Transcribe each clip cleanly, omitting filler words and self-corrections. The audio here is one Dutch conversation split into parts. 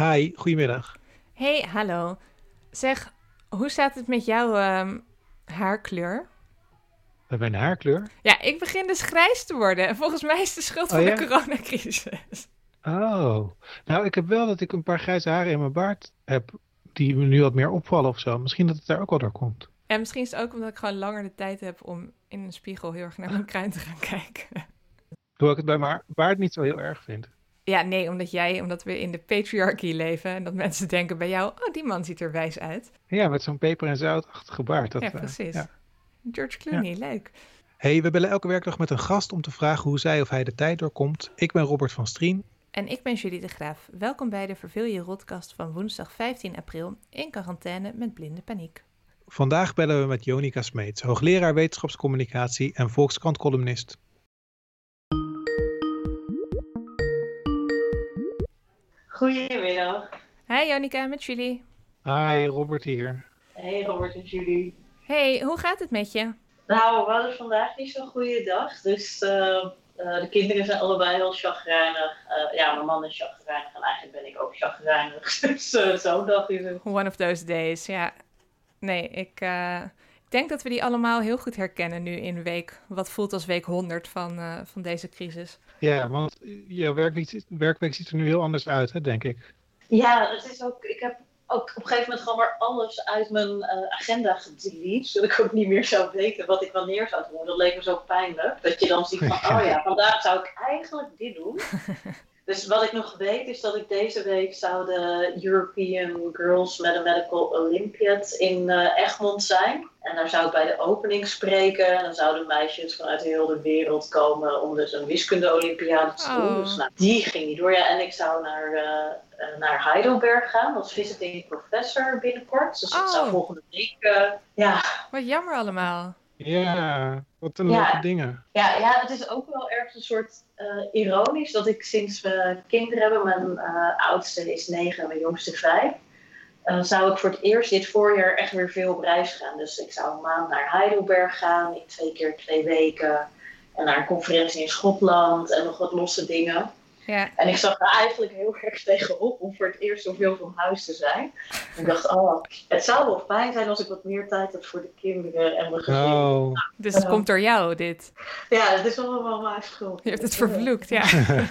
Hi, goedemiddag. Hey, hallo. Zeg, hoe staat het met jouw haarkleur? Met mijn haarkleur? Ja, ik begin dus grijs te worden. En volgens mij is de schuld Oh van de ja? coronacrisis. Oh. Nou, ik heb wel dat ik een paar grijze haren in mijn baard heb die me nu wat meer opvallen of zo. Misschien dat het daar ook wel door komt. En misschien is het ook omdat ik gewoon langer de tijd heb om in een spiegel heel erg naar mijn kruin te gaan kijken. Hoewel ik het bij mijn baard niet zo heel erg vind. Ja, nee, omdat we in de patriarchy leven en dat mensen denken bij jou, oh, die man ziet er wijs uit. Ja, met zo'n peper- en zoutachtige baard. Ja, precies. Ja. George Ja. Clooney, leuk. Hey, we bellen elke werkdag met een gast om te vragen hoe zij of hij de tijd doorkomt. Ik ben Robert van Strien. En ik ben Julie de Graaf. Welkom bij de Verveel je Rodcast van woensdag 15 april in quarantaine met blinde paniek. Vandaag bellen we met Jonica Smeets, hoogleraar wetenschapscommunicatie en Volkskrant-columnist. Goedemiddag. Hi Jonica, met Julie. Hi, Robert hier. Hey Robert en Julie. Hey, hoe gaat het met je? Nou, we hadden vandaag niet zo'n goede dag. Dus de kinderen zijn allebei heel chagrijnig. Ja, mijn man is chagrijnig en eigenlijk ben ik ook chagrijnig. Dus zo'n dag is het. One of those days, ja. Nee, ik denk dat we die allemaal heel goed herkennen nu in wat voelt als week 100 van deze crisis. Ja, want je werkweek ziet er nu heel anders uit, hè, denk ik. Ja, het is ook. Ik heb ook op een gegeven moment gewoon maar alles uit mijn agenda gedelete. Zodat ik ook niet meer zou weten wat ik wanneer zou doen. Dat leek me zo pijnlijk. Dat je dan ziet van, oh ja, vandaag zou ik eigenlijk dit doen. Dus wat ik nog weet is dat ik deze week zou de European Girls Mathematical Olympiad in Egmond zijn. En daar zou ik bij de opening spreken. En dan zouden meisjes vanuit heel de wereld komen om dus een wiskunde-olympiade te doen. Oh. Dus nou, die ging niet door. Ja, en ik zou naar Heidelberg gaan als visiting professor binnenkort. Dus dat zou volgende week, ja. Wat jammer allemaal. Ja, wat een leuke dingen. Ja, het is ook wel ergens een soort ironisch dat ik sinds we kinderen hebben, mijn oudste is 9 en mijn jongste 5, zou ik voor het eerst dit voorjaar echt weer veel op reis gaan. Dus ik zou een maand naar Heidelberg gaan, in 2 keer 2 weken. En naar een conferentie in Schotland en nog wat losse dingen. Ja. En ik zag er eigenlijk heel erg tegenop om voor het eerst zoveel van huis te zijn. En ik dacht, het zou wel fijn zijn als ik wat meer tijd heb voor de kinderen en mijn gezin. Oh. Dus het komt door jou, dit. Ja, dat is allemaal mijn schuld. Je hebt het vervloekt, ja.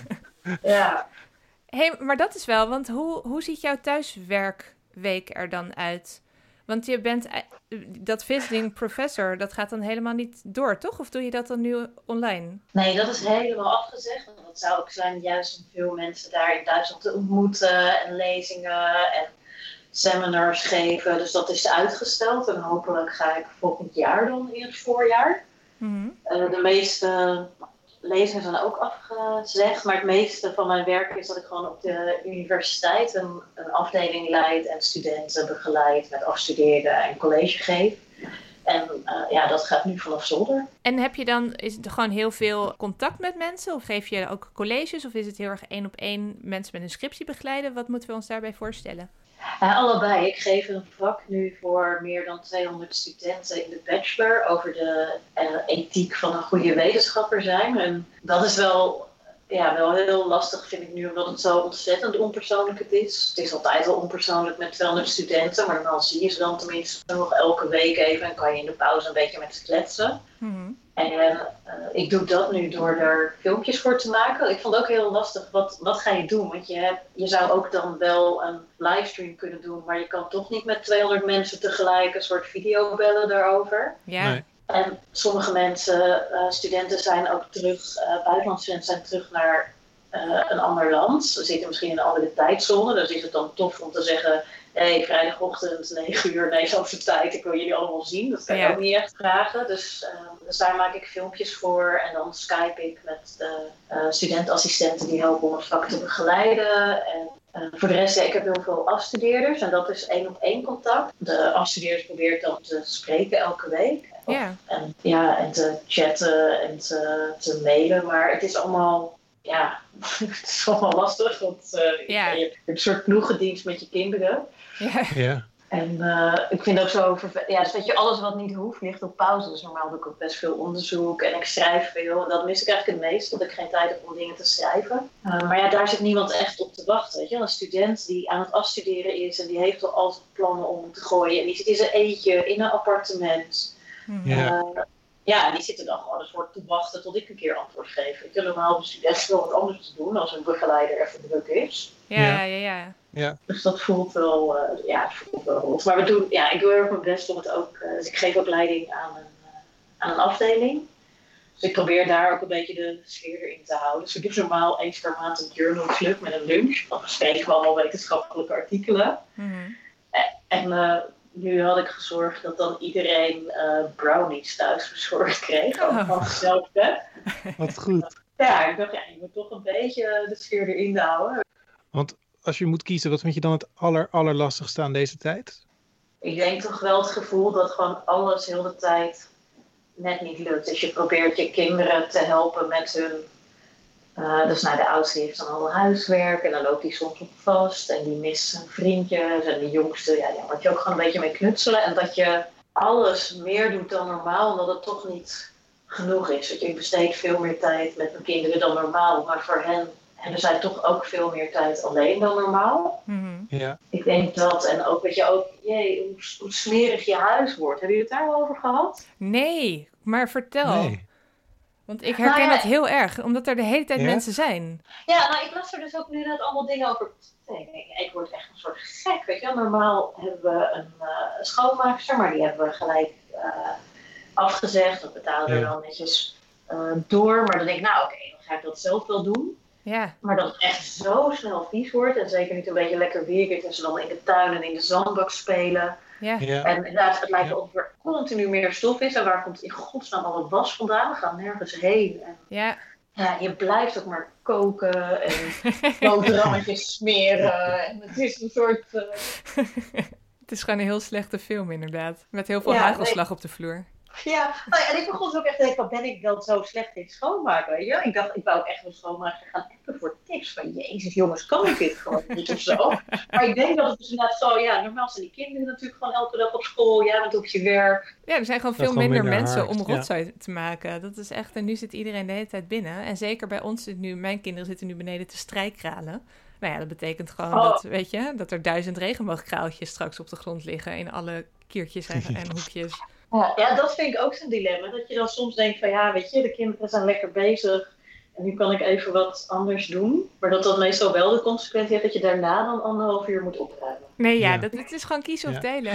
Ja. Hey, maar dat is wel, want hoe ziet jouw thuiswerkweek er dan uit? Want je bent, dat visiting professor, dat gaat dan helemaal niet door, toch? Of doe je dat dan nu online? Nee, dat is helemaal afgezegd. Want dat zou ook zijn juist om veel mensen daar in Duitsland te ontmoeten. En lezingen en seminars geven. Dus dat is uitgesteld. En hopelijk ga ik volgend jaar dan in het voorjaar. Mm-hmm. De meeste lezingen zijn ook afgezegd. Maar het meeste van mijn werk is dat ik gewoon op de universiteit een afdeling leid. En studenten begeleid met afstuderen en college geef. En dat gaat nu vanaf zolder. En heb je dan, is het gewoon heel veel contact met mensen? Of geef je ook colleges? Of is het heel erg 1-op-1 mensen met een scriptie begeleiden? Wat moeten we ons daarbij voorstellen? Allebei. Ik geef een vak nu voor meer dan 200 studenten in de bachelor over de ethiek van een goede wetenschapper zijn. En dat is wel heel lastig, vind ik nu, omdat het zo ontzettend onpersoonlijk het is. Het is altijd wel onpersoonlijk met 200 studenten, maar dan zie je ze dan tenminste nog elke week even en kan je in de pauze een beetje met ze kletsen. Mm-hmm. En ik doe dat nu door er filmpjes voor te maken. Ik vond het ook heel lastig, wat ga je doen? Want je zou ook dan wel een livestream kunnen doen, maar je kan toch niet met 200 mensen tegelijk een soort video bellen daarover. Ja. Nee. En sommige mensen, studenten zijn ook terug, buitenlandstudenten zijn terug naar een ander land. Ze zitten misschien in een andere tijdzone, dus is het dan tof om te zeggen, hey, vrijdagochtend 9 uur Nederlandse tijd, ik wil jullie allemaal zien. Dat kan je ook niet echt vragen. Dus daar maak ik filmpjes voor en dan Skype ik met de studentassistenten die helpen om het vak te begeleiden. En voor de rest, ik heb heel veel afstudeerders en dat is 1-op-1 contact. De afstudeerders probeer ik dan te spreken elke week. Ja. En te chatten en te mailen, maar het is allemaal, het is allemaal lastig, want je hebt een soort ploegendienst met je kinderen. Ja. Ja. En ik vind ook zo dus weet je, alles wat niet hoeft ligt op pauze. Dus normaal doe ik ook best veel onderzoek en ik schrijf veel. En dat mis ik eigenlijk het meest, dat ik geen tijd heb om dingen te schrijven. Maar ja, daar zit niemand echt op te wachten. Weet je? Een student die aan het afstuderen is en die heeft al altijd plannen om te gooien. En die zit in zijn eentje in een appartement. Ja, die zitten dan gewoon een soort te wachten tot ik een keer antwoord geef. Ik heb normaal een student wel wat anders te doen als een begeleider even druk is. Ja. Dus dat voelt wel, rot. Maar ik doe heel erg mijn best om het ook. Dus ik geef ook leiding aan een afdeling. Dus ik probeer daar ook een beetje de sfeer erin te houden. Dus ik doe normaal eens per maand een journal club met een lunch. Dan bespreken we allemaal wetenschappelijke artikelen. Mm-hmm. En nu had ik gezorgd dat dan iedereen brownies thuis verzorgd kreeg. Van hetzelfde. Wat goed. Ja, ik dacht, je moet toch een beetje de sfeer erin houden. Want als je moet kiezen, wat vind je dan het allerlastigste aan deze tijd? Ik denk toch wel het gevoel dat gewoon alles heel de tijd net niet lukt. Dus je probeert je kinderen te helpen met hun... dus de oudste heeft dan al huiswerk en dan loopt die soms op vast. En die mist zijn vriendjes. En die jongste, daar moet je ook gewoon een beetje mee knutselen. En dat je alles meer doet dan normaal, omdat het toch niet genoeg is. Dus ik besteed veel meer tijd met mijn kinderen dan normaal. Maar voor hen hebben zij toch ook veel meer tijd alleen dan normaal. Mm-hmm. Ja. Ik denk dat, en ook hoe smerig je huis wordt. Hebben jullie het daar al over gehad? Nee, maar vertel. Nee. Want ik herken het heel erg, omdat er de hele tijd mensen zijn. Ja, ik las er dus ook nu net allemaal dingen over. Ik word echt een soort gek, weet je. Normaal hebben we een schoonmaakster, maar die hebben we gelijk afgezegd. Dat betalen we dan netjes door. Maar dan denk ik, oké, dan ga ik dat zelf wel doen. Ja. Maar dat het echt zo snel vies wordt. En zeker niet een beetje lekker weer is. En ze dan in de tuin en in de zandbak spelen. Ja. En inderdaad, het lijkt wel of er continu meer stof is. En waar komt in godsnaam al het was vandaan? We gaan nergens heen. En ja, je blijft ook maar koken en boterhammetjes smeren. En het is een soort... Het is gewoon een heel slechte film inderdaad. Met heel veel hagelslag op de vloer. Ja, en ik begon ook echt te denken, ben ik dan zo slecht in schoonmaken, weet je? Ik dacht, ik wou echt een schoonmaker gaan appen voor tips van, jezus jongens, kan ik dit gewoon niet of zo? Maar ik denk dat het dus inderdaad zo, normaal zijn die kinderen natuurlijk gewoon elke dag op school, jij bent op je werk. Ja, er zijn gewoon veel minder mensen om rotzooi te maken. Dat is echt, en nu zit iedereen de hele tijd binnen. En zeker bij ons mijn kinderen zitten nu beneden te strijkralen. Nou ja, dat betekent gewoon dat, weet je, dat er 1000 regenboogkraaltjes straks op de grond liggen in alle kiertjes en hoekjes. Ja, dat vind ik ook zo'n dilemma. Dat je dan soms denkt van weet je, de kinderen zijn lekker bezig. En nu kan ik even wat anders doen. Maar dat meestal wel de consequentie heeft dat je daarna dan 1,5 uur moet opruimen. Nee, het is gewoon kiezen of delen.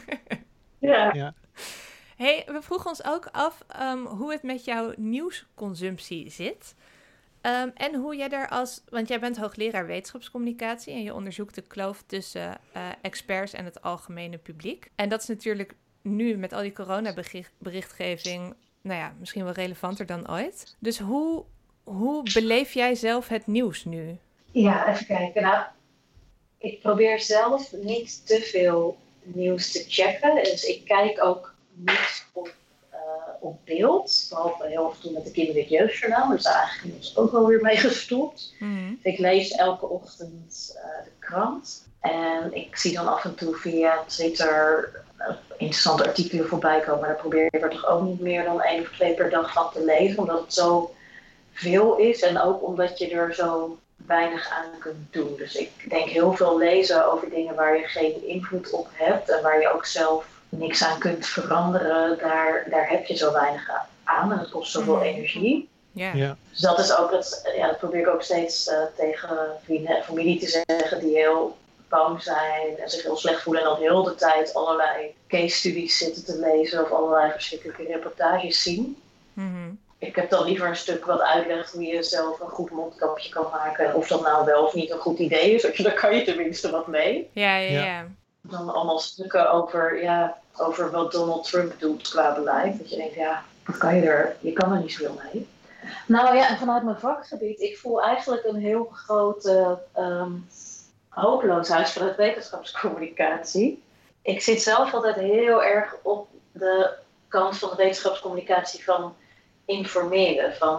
Ja. Hey, we vroegen ons ook af hoe het met jouw nieuwsconsumptie zit. En hoe jij want jij bent hoogleraar wetenschapscommunicatie en je onderzoekt de kloof tussen experts en het algemene publiek. En dat is natuurlijk nu met al die coronaberichtgeving, misschien wel relevanter dan ooit. Dus hoe beleef jij zelf het nieuws nu? Ja, even kijken. Ik probeer zelf niet te veel nieuws te checken. Dus ik kijk ook niet op beeld. Behalve heel af en toe met de Kinder- en Jeugdjournaal. Dus daar eigenlijk is ook wel weer mee gestopt. Mm-hmm. Ik lees elke ochtend de krant. En ik zie dan af en toe via Twitter interessante artikelen voorbij komen. Maar daar probeer ik er toch ook niet meer dan 1 of 2 per dag van te lezen. Omdat het zo veel is. En ook omdat je er zo weinig aan kunt doen. Dus ik denk heel veel lezen over dingen waar je geen invloed op hebt. En waar je ook zelf niks aan kunt veranderen. Daar heb je zo weinig aan. En het kost zoveel energie. Ja. Dus dat is ook dat probeer ik ook steeds tegen vrienden en familie te zeggen die heel bang zijn en zich heel slecht voelen en dan heel de tijd allerlei case studies zitten te lezen of allerlei verschrikkelijke reportages zien. Mm-hmm. Ik heb dan liever een stuk wat uitlegt hoe je zelf een goed mondkapje kan maken en of dat nou wel of niet een goed idee is. Daar kan je tenminste wat mee. Ja. Dan allemaal stukken over wat Donald Trump doet qua beleid. Dat je denkt, wat kan je kan er niet zoveel mee. En vanuit mijn vakgebied, ik voel eigenlijk een heel grote hopeloosheid vanuit wetenschapscommunicatie. Ik zit zelf altijd heel erg op de kant van de wetenschapscommunicatie van informeren. Van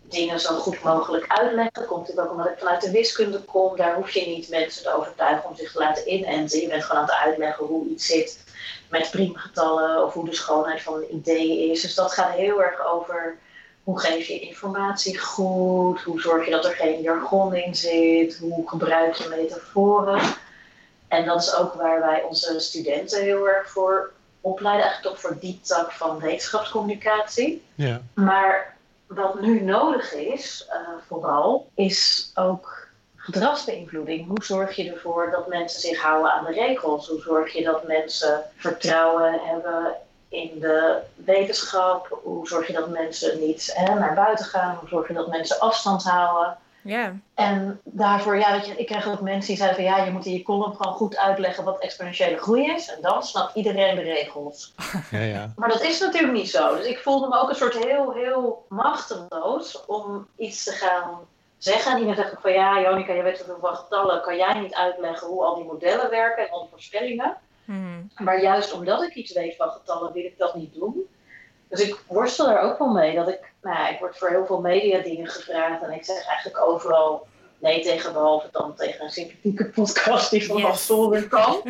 dingen zo goed mogelijk uitleggen. Komt natuurlijk ook omdat ik vanuit de wiskunde kom. Daar hoef je niet mensen te overtuigen om zich te laten inenten. Je bent gewoon aan het uitleggen hoe iets zit met priemgetallen of hoe de schoonheid van een idee is. Dus dat gaat heel erg over hoe geef je informatie goed, hoe zorg je dat er geen jargon in zit, hoe gebruik je metaforen. En dat is ook waar wij onze studenten heel erg voor opleiden, eigenlijk toch voor die tak van wetenschapscommunicatie. Ja. Maar wat nu nodig is, vooral, is ook gedragsbeïnvloeding. Hoe zorg je ervoor dat mensen zich houden aan de regels? Hoe zorg je dat mensen vertrouwen hebben in de wetenschap? Hoe zorg je dat mensen niet naar buiten gaan? Hoe zorg je dat mensen afstand houden? Ja. En daarvoor, ik krijg ook mensen die zeiden van je moet in je column gewoon goed uitleggen wat exponentiële groei is. En dan snapt iedereen de regels. Ja. Maar dat is natuurlijk niet zo. Dus ik voelde me ook een soort heel machteloos om iets te gaan zeggen. En die zeggen van Jonica, je weet zoveel van getallen. Kan jij niet uitleggen hoe al die modellen werken en al die voorspellingen? Maar juist omdat ik iets weet van getallen, wil ik dat niet doen. Dus ik worstel er ook wel mee dat ik word voor heel veel mediadingen gevraagd. En ik zeg eigenlijk overal nee tegen, behalve dan tegen een sympathieke podcast die van mijn zolder kan.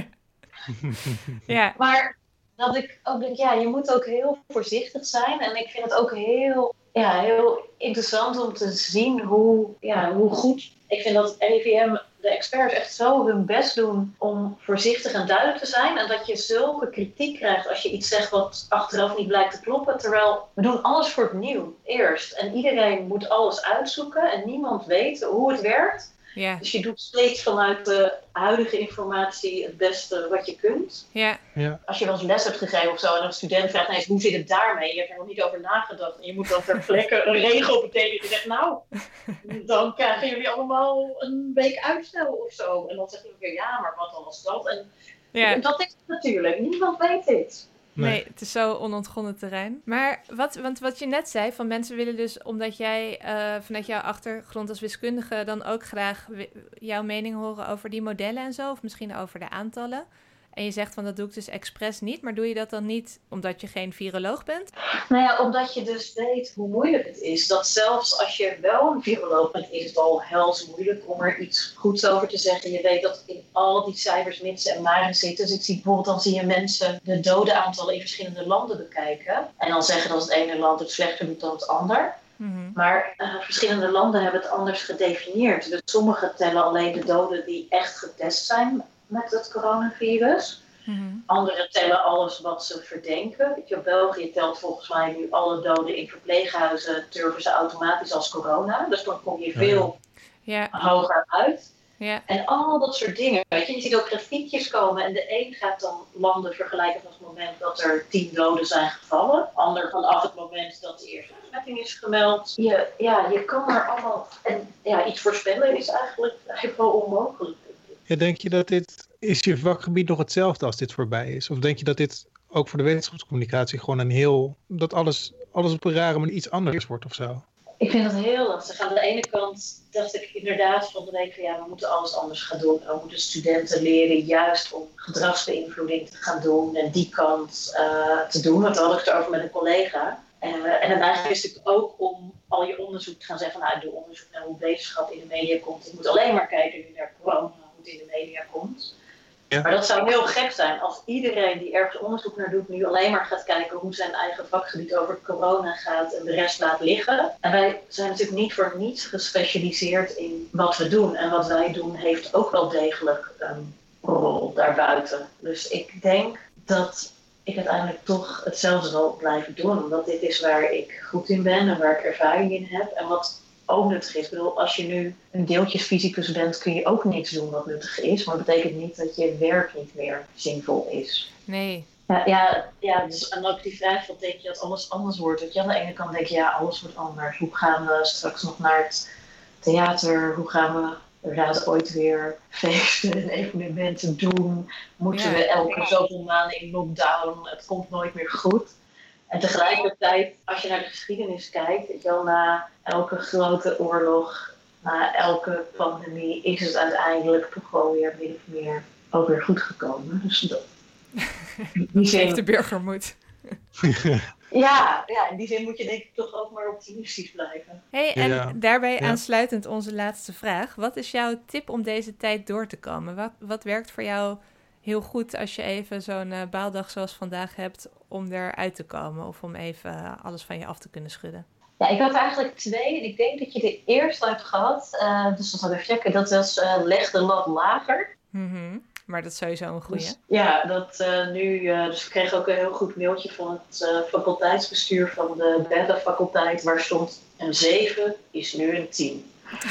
Ja. Maar dat ik ook denk, je moet ook heel voorzichtig zijn. En ik vind het ook heel interessant om te zien hoe goed. Ik vind dat RIVM, de experts, echt zo hun best doen om voorzichtig en duidelijk te zijn. En dat je zulke kritiek krijgt als je iets zegt wat achteraf niet blijkt te kloppen. Terwijl we doen alles voor het nieuw eerst. En iedereen moet alles uitzoeken en niemand weet hoe het werkt. Ja. Dus je doet steeds vanuit de huidige informatie het beste wat je kunt. Ja. Als je wel eens les hebt gegeven of zo en een student vraagt, hoe zit het daarmee? Je hebt er nog niet over nagedacht. En je moet dan ter plekke een regel betekenen. Je zegt, dan krijgen jullie allemaal een week uitstel of zo. En dan zeg je weer, maar wat dan was dat? En dat is het natuurlijk. Niemand weet dit. Nee, het is zo onontgonnen terrein. Maar wat je net zei, van mensen willen dus, omdat jij vanuit jouw achtergrond als wiskundige dan ook graag jouw mening horen over die modellen en zo, of misschien over de aantallen. En je zegt van dat doe ik dus expres niet, maar doe je dat dan niet omdat je geen viroloog bent? Omdat je dus weet hoe moeilijk het is. Dat zelfs als je wel een viroloog bent, is het al hels moeilijk om er iets goeds over te zeggen. Je weet dat in al die cijfers mitsen en maren zitten. Dus ik zie bijvoorbeeld, dan zie je mensen de dodenaantallen in verschillende landen bekijken. En dan zeggen dat het ene land het slechter doet dan het ander. Mm-hmm. Maar verschillende landen hebben het anders gedefinieerd. Dus sommigen tellen alleen de doden die echt getest zijn met het coronavirus. Mm-hmm. Anderen tellen alles wat ze verdenken. België telt volgens mij nu alle doden in verpleeghuizen, turven ze automatisch als corona. Dus dan kom je veel hoger uit. Ja. En al dat soort dingen. Je ziet ook grafiekjes komen en de een gaat dan landen vergelijken van het moment dat er 10 doden zijn gevallen. Ander vanaf het moment dat de eerste besmetting is gemeld. Je kan er allemaal. En iets voorspellen is eigenlijk wel onmogelijk. Ja, denk je dat is je vakgebied nog hetzelfde als dit voorbij is? Of denk je dat dit ook voor de wetenschapscommunicatie gewoon dat alles op een rare manier iets anders wordt of zo? Ik vind dat heel lastig. Aan de ene kant dacht ik inderdaad van de week van we moeten alles anders gaan doen. We moeten studenten leren juist om gedragsbeïnvloeding te gaan doen en die kant te doen. Want daar had ik het over met een collega. En daarna is het ook om al je onderzoek te gaan zeggen van doe onderzoek naar hoe wetenschap in de media komt. Ik moet alleen maar kijken nu naar corona, hoe het in de media komt. Ja. Maar dat zou heel gek zijn als iedereen die ergens onderzoek naar doet nu alleen maar gaat kijken hoe zijn eigen vakgebied over corona gaat en de rest laat liggen. En wij zijn natuurlijk niet voor niets gespecialiseerd in wat we doen. En wat wij doen heeft ook wel degelijk een rol daarbuiten. Dus ik denk dat ik uiteindelijk toch hetzelfde zal blijven doen. Omdat dit is waar ik goed in ben en waar ik ervaring in heb. En wat ook nuttig is. Ik bedoel, als je nu een deeltjesfysicus bent, kun je ook niks doen wat nuttig is. Maar dat betekent niet dat je werk niet meer zinvol is. Nee. Dus en ook die vraag van denk je dat alles anders wordt. Aan de ene kant denk je alles wordt anders. Hoe gaan we straks nog naar het theater? Hoe gaan we inderdaad ooit weer feesten en evenementen doen? Moeten we elke zoveel maanden in lockdown? Het komt nooit meer goed. En tegelijkertijd, als je naar de geschiedenis kijkt, na elke grote oorlog, na elke pandemie, is het uiteindelijk toch wel weer min of meer ook weer goed gekomen. Dus dat. Dat heeft de burger moet. Ja, in die zin moet je denk ik toch ook maar optimistisch blijven. Hey, en Ja. daarbij Ja. aansluitend onze laatste vraag. Wat is jouw tip om deze tijd door te komen? Wat werkt voor jou heel goed als je even zo'n baaldag zoals vandaag hebt om eruit te komen? Of om even alles van je af te kunnen schudden? Ja, ik had er eigenlijk 2 en ik denk dat je de eerste hebt gehad. Dus dat had ik even checken. Dat was leg de lat lager. Mhm. Maar dat is sowieso een goeie. Dus, ja, dat nu. Dus we kregen ook een heel goed mailtje van het faculteitsbestuur van de Beta-faculteit, waar stond een 7 is nu een 10.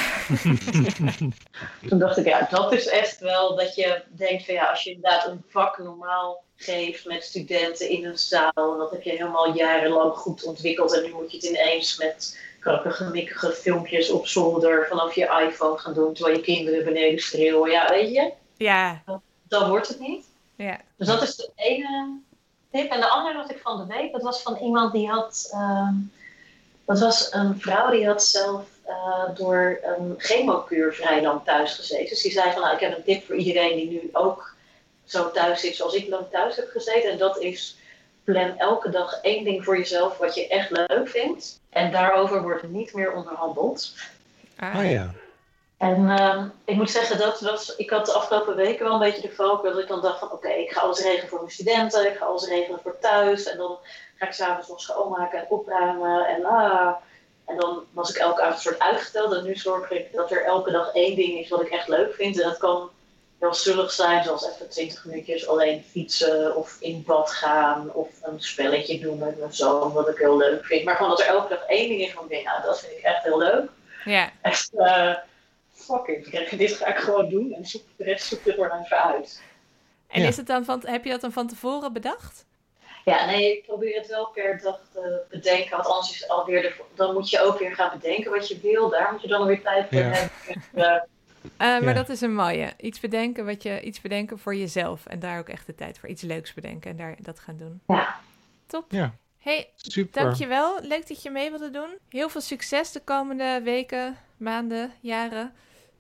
Toen dacht ik, ja, dat is echt wel dat je denkt van ja, als je inderdaad een vak normaal geeft met studenten in een zaal, dat heb je helemaal jarenlang goed ontwikkeld en nu moet je het ineens met grappige, mikkige filmpjes op zolder vanaf je iPhone gaan doen, terwijl je kinderen beneden schreeuwen. Ja, weet je, Ja, dan wordt het niet. ja. Dus dat is de ene tip. En de andere had ik van de week, dat was van iemand die had, dat was een vrouw die had zelf door een chemokuur vrij lang thuis gezeten. Dus die zei van, nou, ik heb een tip voor iedereen die nu ook zo thuis zit zoals ik lang thuis heb gezeten. En dat is, plan elke dag 1 ding voor jezelf wat je echt leuk vindt. En daarover wordt niet meer onderhandeld. Oh ja. En ik moet zeggen, ik had de afgelopen weken wel een beetje de focus dat ik dan dacht van oké, ik ga alles regelen voor mijn studenten, ik ga alles regelen voor thuis. En dan ga ik s'avonds nog schoonmaken en opruimen. En dan was ik elke avond een soort uitgeteld. En nu zorg ik dat er elke dag 1 ding is wat ik echt leuk vind. En dat kan heel zullig zijn, zoals even 20 minuutjes alleen fietsen of in bad gaan of een spelletje doen met mijn zoon, wat ik heel leuk vind. Maar gewoon dat er elke dag 1 ding is van ik denk, nou, dat vind ik echt heel leuk. Ja. Echt, fucking, dit ga ik gewoon doen en de rest zoek er maar even uit. En Ja. is het dan heb je dat dan van tevoren bedacht? Ja, nee, ik probeer het wel per dag te bedenken, want anders is het alweer dan moet je ook weer gaan bedenken wat je wil. Daar moet je dan weer tijd voor Ja. hebben. Maar Ja. dat is een mooie. Iets bedenken voor jezelf. En daar ook echt de tijd voor. Iets leuks bedenken en dat gaan doen. Ja. Top. Ja. Hey, Super. dankjewel. Leuk dat je mee wilde doen. Heel veel succes de komende weken, maanden, jaren.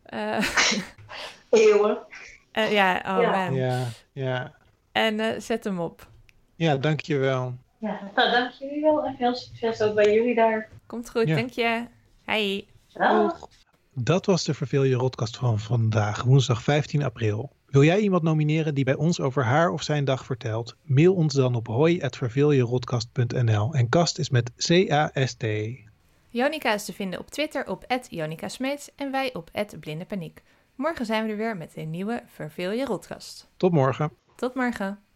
Eeuwen. Ja, oh Ja. man. Ja. En zet hem op. Ja, dankjewel. Ja, nou dank jullie wel en veel succes ook bij jullie daar. Komt goed, Ja. dank je. Hey. Dag. Dat was de Verveel je Rotkast van vandaag, woensdag 15 april. Wil jij iemand nomineren die bij ons over haar of zijn dag vertelt? Mail ons dan op hoi@verveeljerotkast.nl en kast is met CAST. Jonica is te vinden op Twitter op @jonica-smeets en wij op @blindepaniek. Morgen zijn we er weer met een nieuwe Verveel je Rotkast. Tot morgen. Tot morgen.